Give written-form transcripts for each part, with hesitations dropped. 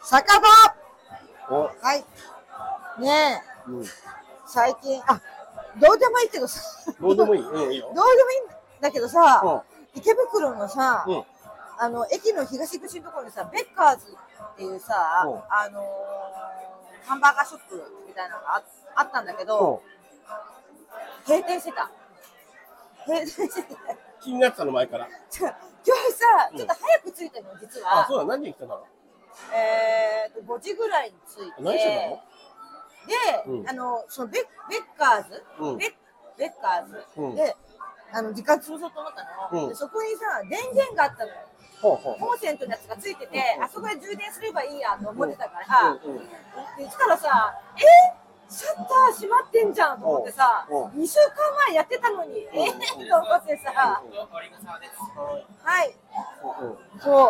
酒場。 お、 はい。ねえ、 うん、 最近、どうでもいいけどさ、 どうでもいい、うん、いいよ。 どうでもいいんだけどさ、 う池袋のさ、 ん、 駅の東口のところにさ、ベッカーズっていうさ、 うんハンバーガーショップみたいなのがあったんだけど、閉店してた。閉店してて。 気になってたの前から。 今日さ、ちょっと早く着いたの、実は。 あ、そうだ、何時に来たの 5時ぐらいに着いて。 何してたので、そのベッカーズ、ベッカーズで、時間潰そうと思ったの、でそこにさ、電源があったのよ。コンセントのやつがついてて、あそこで充電すればいいやと思ってたから、で来たらさ、シャッター閉まってんじゃんと思ってさ、2週間前やってたのに、と思ってさ、はい、そう、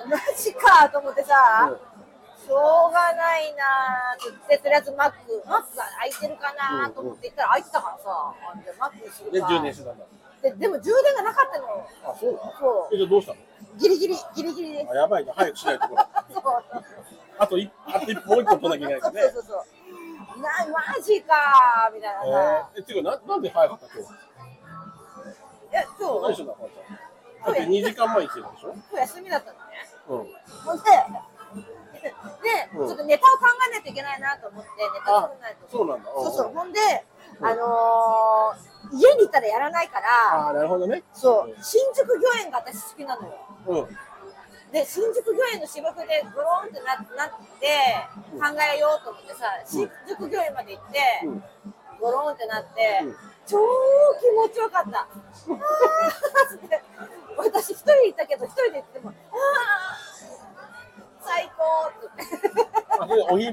マジかと思ってさ、しょうがないなーって言って、とりあえずマックが開いてるかなと思って行ったら開いてたからさ、じゃあマックにするか。 で、充電してたんだ。 でも充電がなかったの。 あ、そうだ。 そう。 じゃあどうしたの？ ギリギリです。 あ、やばいな、早くしないところ。あと一もう一個取らなきゃいけないですね。 そう。マジかーみたいなさ。 ていうか、なんで早かった今日？ 今日。 何してんだ、こうちゃん。だって2時間前に来てたでしょ？ 今日休みだったのね。ほんで、ちょっとネタを考えないといけないなと思って、ネタ作らないと。 そうなんだ。 そう。ほんで、家にいたらやらないから、 あ、なるほどね。 そう、新宿御苑が私好きなのよ。で、新宿御苑の芝生でゴロンってなって考えようと思ってさ、新宿御苑まで行って、ゴロンってなって、超気持ちよかった。私一人いたけど、一人で行っても、最高って。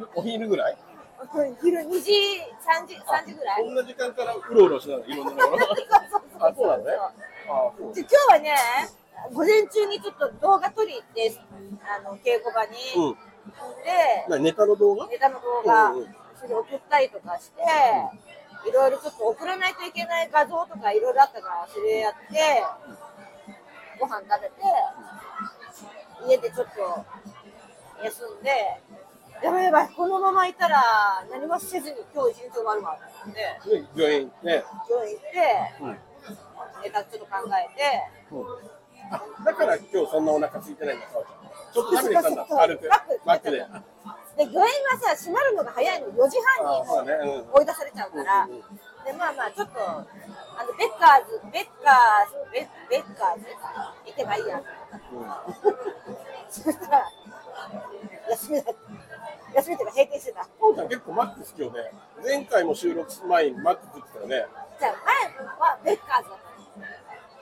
お昼ぐらい？ 昼2時、3時ぐらい。 こんな時間からうろうろしながらいろんなところ。あ、そうなのね。 今日はね、午前中にちょっと動画撮り行って、稽古場に。で、 ネタの動画、 それ送ったりとかして、いろいろちょっと送らないといけない画像とかいろいろあったから、それやって、ご飯食べて、家でちょっと休んで、やばい、このままいたら何もせずに今日一日終わるわと思って、 病院行って、 ネタちょっと考えて、 だから今日そんなお腹空いてないんだ、かおちゃん。ちょっと食べてきたんだ、軽く、マックで。 で、御苑はさ、閉まるのが早いの、4時半に追い出されちゃうから、で、まあ、ちょっと、ベッカーズ行けばいいやと思った。そしたら、休みとか閉店してた。 かおちゃん結構マック好きよね。前回も収録前にマック食ってたよね。 じゃあ、前はベッカーズだった。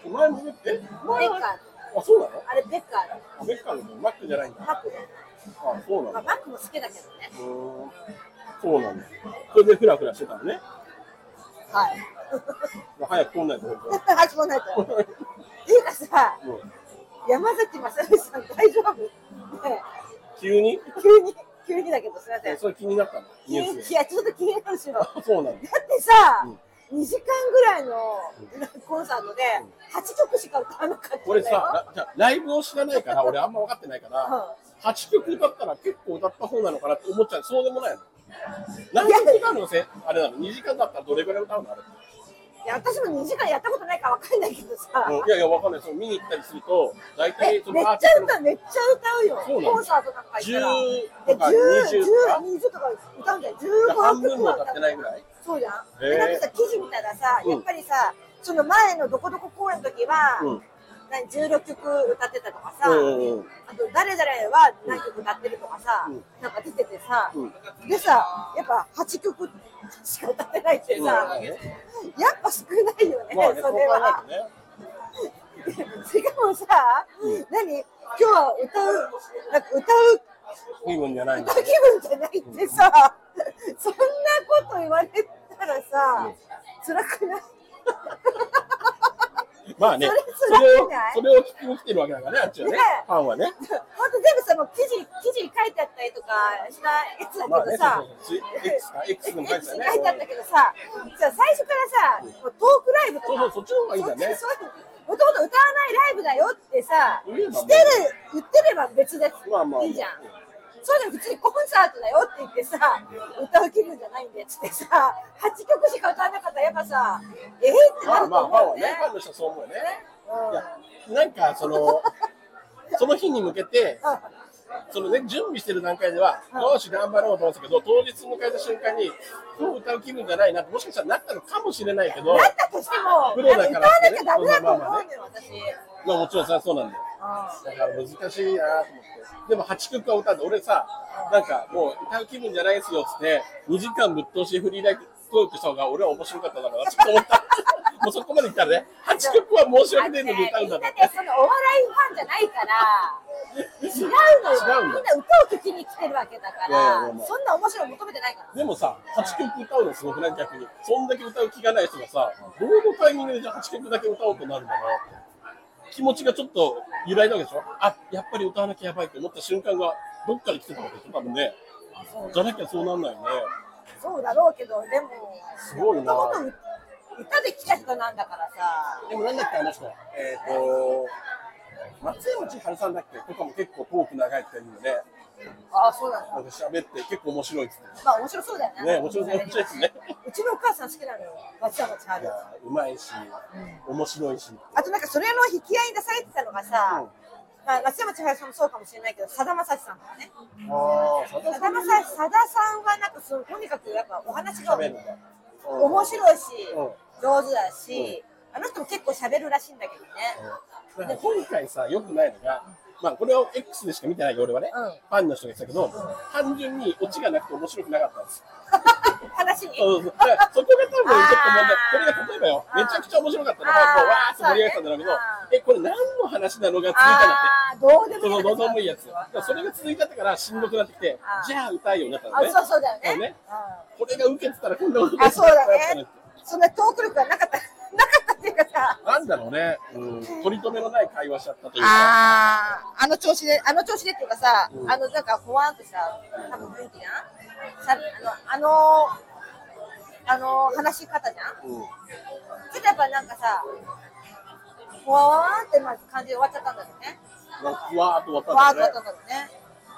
前もベッカーズ。あ、そうなの？ あれベッカーズ。 ベッカーズのマックじゃないんだ。 マックで。 あ、そうなんだ。 マックも好きだけどね。 そうなんだ。それでフラフラしてたのね。 はい。 早く来んないと。 早く来んないと。っていうかさ、山崎まさみさん大丈夫？ 急にだけどすみません。 それ気になったの？ニュース。 いや、ちょっと気になるしよ。 そうなんだ。 だってさ、2時間ぐらいのコンサートで8曲しか歌わなかったんだよ。 俺さ、じゃライブを知らないから、俺あんま分かってないから、8曲歌ったら結構歌った方なのかなって思っちゃう。そうでもないの？何曲歌うの？あれなの？2時間だったらどれぐらい歌うの？あれ。 いや、私も2時間やったことないから分かんないけどさ。 いや、分かんない。見に行ったりすると、大体めっちゃ歌うよ。コンサートなんか行ったら。10とか20とか歌うんだよ。15 半分も歌ってないぐらい？ そうじゃん。で、なんかさ、記事見たらさ、やっぱりさ、その前のどこどこ公演の時は、16曲歌ってたとかさ、あと誰々は何曲歌ってるとかさ、なんか出ててさ、でさ、やっぱ8曲しか歌ってないってさ、やっぱ少ないよね、それは。しかもさ、今日は歌う気分じゃないってさ、そんなこと言われたらさ、辛くない？ まあね、それを聞きに来てるわけだからね、あっちはね、ファンはね。 本当全部さ、もう記事に書いてあったりとかしたやつだけどさ、 X に書いてあったけどさ、最初からさ、トークライブとか、 そっちの方がいいんだね。 もともと歌わないライブだよってさ、言ってれば別です。いいじゃん。 そうだよ、普通にコンサートだよって言ってさ、歌う気分じゃないんでっつってさ、8曲しか歌わなかったらやっぱさ、ってなると思うよね。 ファンの人はそう思うよね。いや、なんかその日に向けて、そのね、準備してる段階では、よし頑張ろうと思うんですけど、当日迎えた瞬間に、今日歌う気分じゃないなって、もしかしたらなったのかもしれないけど、 なったとしても、 プロだからってね、 歌わなきゃダメだと思うんだよ、私。 まあもちろんそれはそうなんだよ。だから難しいなと思って。でも8曲は歌うんで、俺さ、なんかもう歌う気分じゃないですよっつって、2時間ぶっ通しフリーライブトークした方が俺は面白かっただろうなって思った。もうそこまで言ったらね、8曲は申し訳ないのに歌うんだって。 みんなね、そのお笑いファンじゃないから、違うのよ。みんな歌を聴きに来てるわけだから、そんな面白い求めてないから。 でもさ、8曲歌うのすごくない？逆に。そんだけ歌う気がない人がさ、どのタイミングでじゃあ8曲だけ歌おうとなるんだな。気持ちがちょっと揺らいだわけでしょ。あ、やっぱり歌わなきゃやばいって思った瞬間がどっかで来てたわけでしょ、多分ね。じゃなきゃそうなんないよね。 そうだろうけど、でも、 すごいな。 歌で来た人なんだからさ。 でもなんだっけ、あの人。松山千春さんだっけとかも結構トーク長いって言うので、 ああ、そうなんだ。 なんか喋って結構面白いっつって。 まあ面白そうだよね。 ね、面白いですね。 うちのお母さん好きなのよ、松山千春。 うまいし、面白いし。 あとなんかそれの引き合いに出されてたのがさ、まあ、松山千春さんもそうかもしれないけど、さだまさしさんとかね。さださんはなんかとにかくやっぱお話が面白いし、上手だし、あの人も結構喋るらしいんだけどね。 で今回さ、よくないのが、まあこれを X でしか見てないよ俺はね、ファンの人が言ってたけど、単純にオチがなくて面白くなかったんですよ。 話に。 そこが多分ちょっと問題。これが例えばよ、めちゃくちゃ面白かったのが、もうわーって盛り上がったんだろうけど、これ何の話なのが続いたんだって。 どうでもいい。 どうでもいいやつ。それが続いちゃったからしんどくなってきて、じゃあ歌えようになったのね。 そうだよね。 これが受けてたらこんなことあ、そうだね。そんなトーク力がなかったっていうかさ。 なんだろうね。取り留めのない会話しちゃったというか。 あの調子でっていうかさ、なんかほわんとした多分雰囲気な。話し方じゃん。ちょっとやっぱなんかさ、ほわーんってまず感じで終わっちゃったんだろうね。 ふわーっと終わったんだろうね。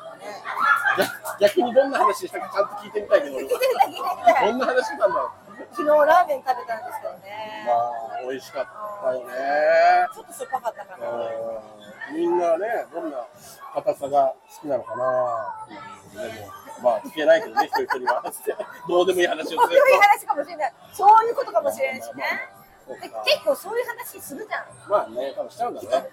逆にどんな話したかちゃんと聞いてみたいけど、どんな話したんだろう。 昨日ラーメン食べたんですけどね。 まあ美味しかったよね。 ちょっと酸っぱかったかな。 みんなね、どんな硬さが好きなのかな。でもまあ聞けないけどね、一人一人はどうでもいい話をすると。 どうでもいい話かもしれない。そういうことかもしれないしね。結構そういう話するじゃん。 まあね、多分しちゃうんだね。 人って。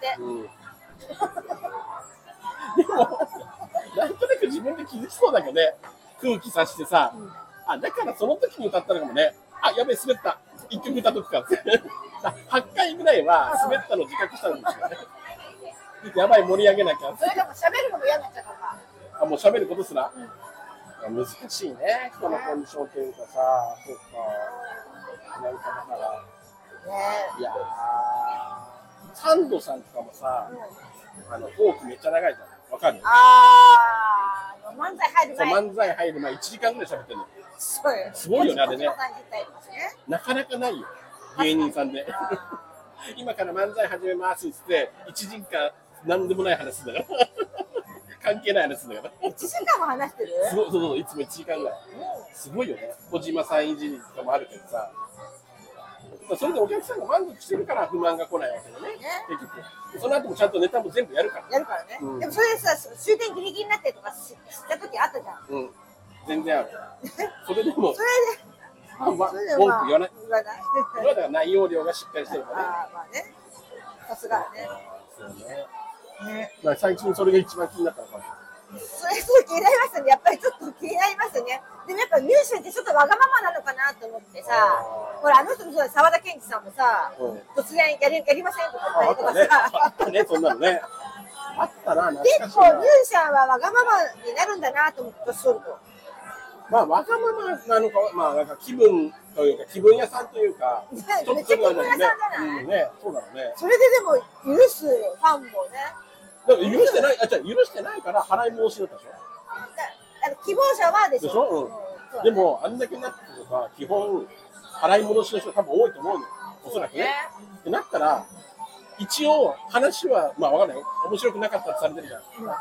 でもなんとなく自分で気づきそうだけどね、空気さしてさ、あ、だからその時に歌ったのかもね。あ、やべえ、滑った。一曲歌っとくかって。8回ぐらいは滑ったの自覚したんですよね。やばい、盛り上げなきゃ。 それでも喋るのも嫌になっちゃったか。 あ、もう喋ることすら、難しいね、人のコンディションというかさ、そうか。なんかだから。いやー、サンドさんとかもさ、トークめっちゃ長いじゃん。わかる？ 漫才入る前。 漫才入る前1時間ぐらい喋ってるの。すごいよね、あれね。なかなかないよ、芸人さんで。今から漫才始めますっつって1時間なんでもない話すんだから関係ない話すんだから 1時間も話してる？ そう、いつも1時間ぐらい。すごいよね。小島さんいじりとかもあるけどさ、それでお客さんが満足してるから不満が来ないわけだね、結局。その後もちゃんとネタも全部やるから。 ね。でもそれでさ、終電ギリギリになってとかした時あったじゃん。 全然ある。それでも文句言わない。それはだから内容量がしっかりしてるからね。 まあね。さすがね。 そうね。最近それが一番気になったのかも。 それすごい気になりますね。やっぱりちょっと気になりますね。でもやっぱミュージシャンってちょっとわがままなのかなと思ってさ、ほらあの人もそうだ、沢田研二さんもさ、突然やりませんとか言ったりとかさ。 あったね、そんなのね。あったな、 結構ミュージシャンはわがままになるんだなと思って、年取ると。 まあわがままなのか、まあなんか気分というか気分屋さんというか、 めっちゃ気分屋さんじゃない？ ね、そうだろうね。 それででも許すファンもね。 だから許してないから払い戻しだったでしょ。 希望者はでしょ。 でもあんだけなってとか基本払い戻しの人多分多いと思うのよ。おそらくね。ってなったら一応話はまあわかんないよ。面白くなかったってされてるじゃん。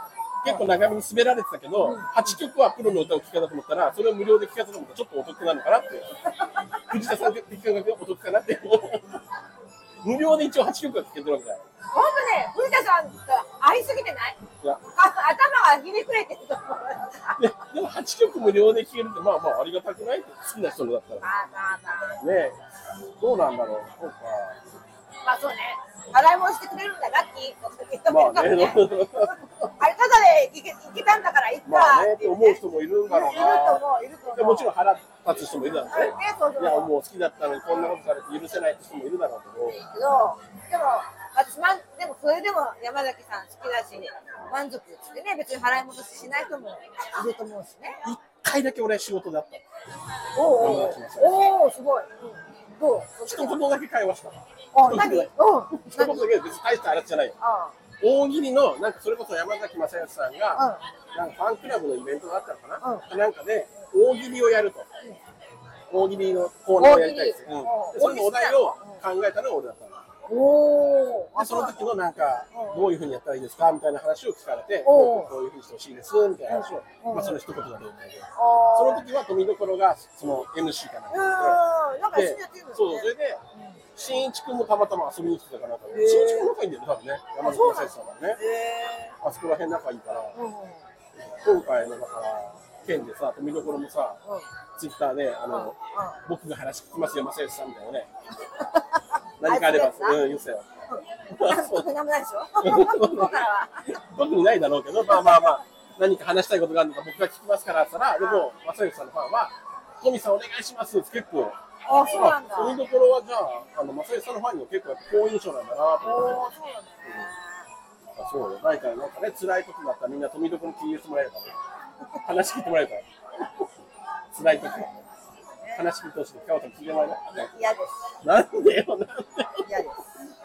結構長めに滑られてたけど、8曲はプロの歌を聴かなと思ったら、それを無料で聴かせたと思ったらちょっとお得なのかなって。藤田さん的感覚がお得かなって。無料で一応8曲は聴けてるわけだよ。 ほんとね、藤田さんと会いすぎてない？ いや頭がひねくれてると思う。 でも8曲無料で聴けるってまあまあありがたくない？好きな人だったら。ねえ、どうなんだろう。そうか。 まあそうね。洗い物してくれるんだラッキーと言ってまあね。 あれただで行けたんだから行ったまあねって思う人もいるんだろうな。 いると思う。 もちろん腹立つ人もいるだろうね。 そういやもう好きだったのにこんなことされて許せないって人もいるだろうけど。 でも私でもそれでも山崎さん好きだし満足してね別に払い戻ししない人もいると思うしね。 1回だけ俺仕事であった。 おおすごい。どう？ 一言だけ会話した。 何？ 一言だけ別に大した話じゃないよ。大喜利のなんかそれこそ山崎正義さんがなんかファンクラブのイベントがあったのかな。なんかで大喜利をやると。大喜利のコーナーをやりたいです。それのお題を考えたのが俺だったの。でその時のなんかどういうふうにやったらいいですかみたいな話を聞かれてこういうふうにしてほしいですみたいな話をまあその一言だけ言ったけどその時は富所がその MC かなんかでそうそれで新一君もたまたま遊びに来てたかなと思って新一君仲いいんだよね多分ね山崎正義さんはねあそこら辺仲いいから今回のだから件でさ富所もさツイッターで僕が話聞きますよ正義さんみたいなね何かあれば、言うせよ。 特にないでしょ特にないだろうけど、まあ、何か話したいことがあるのか僕が聞きますからって言ったら、でも、正義さんのファンは、トミさんお願いしますって結構、 そうなんだ。 そういうところはじゃあ、正義さんのファンには結構好印象なんだなと思って。そうよ、なんかね、辛いことだったらみんな富所に聞いてもらえるからね。話聞いてもらえるから。辛い時は。話聞いてほしい。かおちゃん聞いてもらえない？ 嫌です。 なんでよ。 嫌です。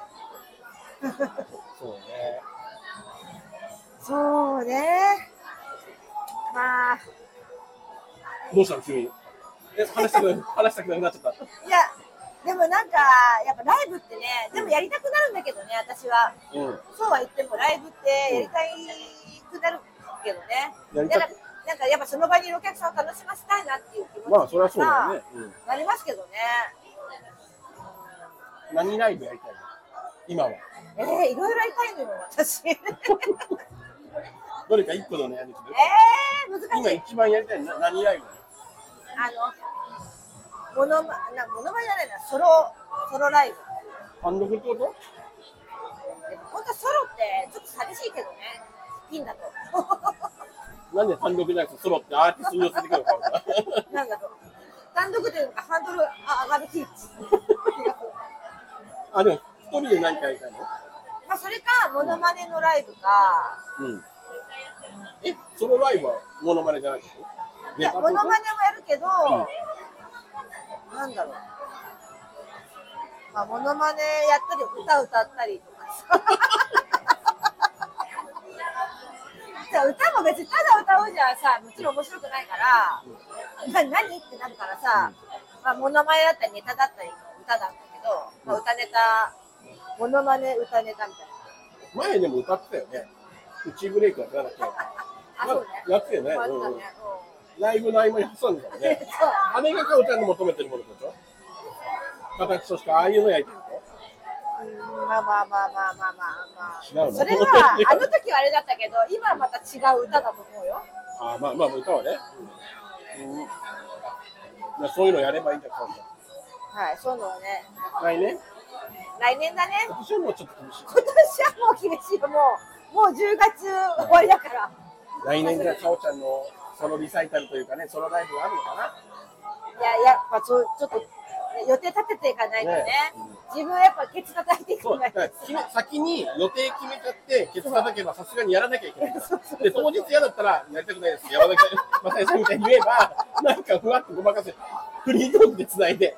そうね。 そうね。まあ。 どうしたの急に？話したくなくなっちゃった。 いや、でもなんかやっぱライブってね、でもやりたくなるんだけどね、私は。そうは言ってもライブってやりたくなるけどね。なんかやっぱその場にいるお客さんを楽しませたいなっていう気持ちまあそれはそうだよね。 なりますけどね。 何ライブやりたいの？今は。 いろいろやりたいのよ私。 どれか一個のねやりたい。 難しい。 今一番やりたいの何ライブ？ モノマネじゃないな、ソロライブ。 単独ってこと？ 本当ソロってちょっと寂しいけどね。ピンだと。 なんで単独じゃなくてソロってアーティストに寄せてくるのか。 なんだろう。単独というかハンドル上がる気がする。 でも一人で何かやりたいの？ まあそれかモノマネのライブか。 そのライブはモノマネじゃないの？ いやモノマネもやるけど、なんだろう。まあモノマネやったり歌ったりとか。歌も別にただ歌うじゃさ、もちろん面白くないから、何ってなるからさ、まあ、モノマネだったりネタだったりの歌なんだけど、まあ、歌ネタ、モノマネ歌ネタみたいな。前でも歌ってたよね。プチブレイクやってなかった。 そうね。 やってたよね。ライブの合間に挟んでたもんね。あれがかおちゃんの求めてるものでしょ？形としてああいうのやりたいの？ まあ。 違うの？ それはあの時はあれだったけど、今はまた違う歌だと思うよ。 まあ歌はね。そういうのやればいいんだよ。 はい、そういうのはね。来年だね。 今年はもうちょっと厳しい。 今年はもう厳しいよ。もう10月終わりだから。 来年じゃかおちゃんのソロリサイタルというかね、ソロライブがあるのかな。 やっぱちょっと予定立てていかないとね。自分はやっぱケツ叩いていかないと。 先に予定決めちゃってケツ叩けばさすがにやらなきゃいけないから。で当日嫌だったらやりたくないです。山崎正義さんみたいに言えばなんかふわっとごまかせフリートークで繋いで。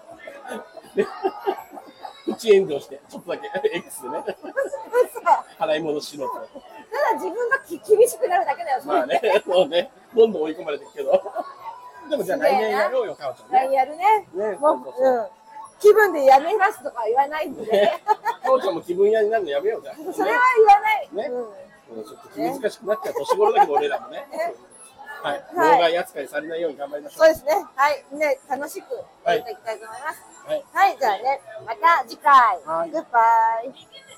プチ炎上してちょっとだけ X でね。払い戻ししろと。 ただ自分が厳しくなるだけだよ。 まあね、そうね、どんどん追い込まれてるけど。でもじゃあ来年やろうよ、かおちゃん。 来年やるね。気分でやめますとか言わないんでね。 かおちゃんも気分屋になるのやめようじゃん。 それは言わない。 ちょっと気難しくなっちゃう年頃だけど、俺らもね。はい。老害扱いされないように頑張りましょう。 そうですね。はい。ね、楽しくやっていきたいと思います。はい。じゃあね、また次回。グッバイ。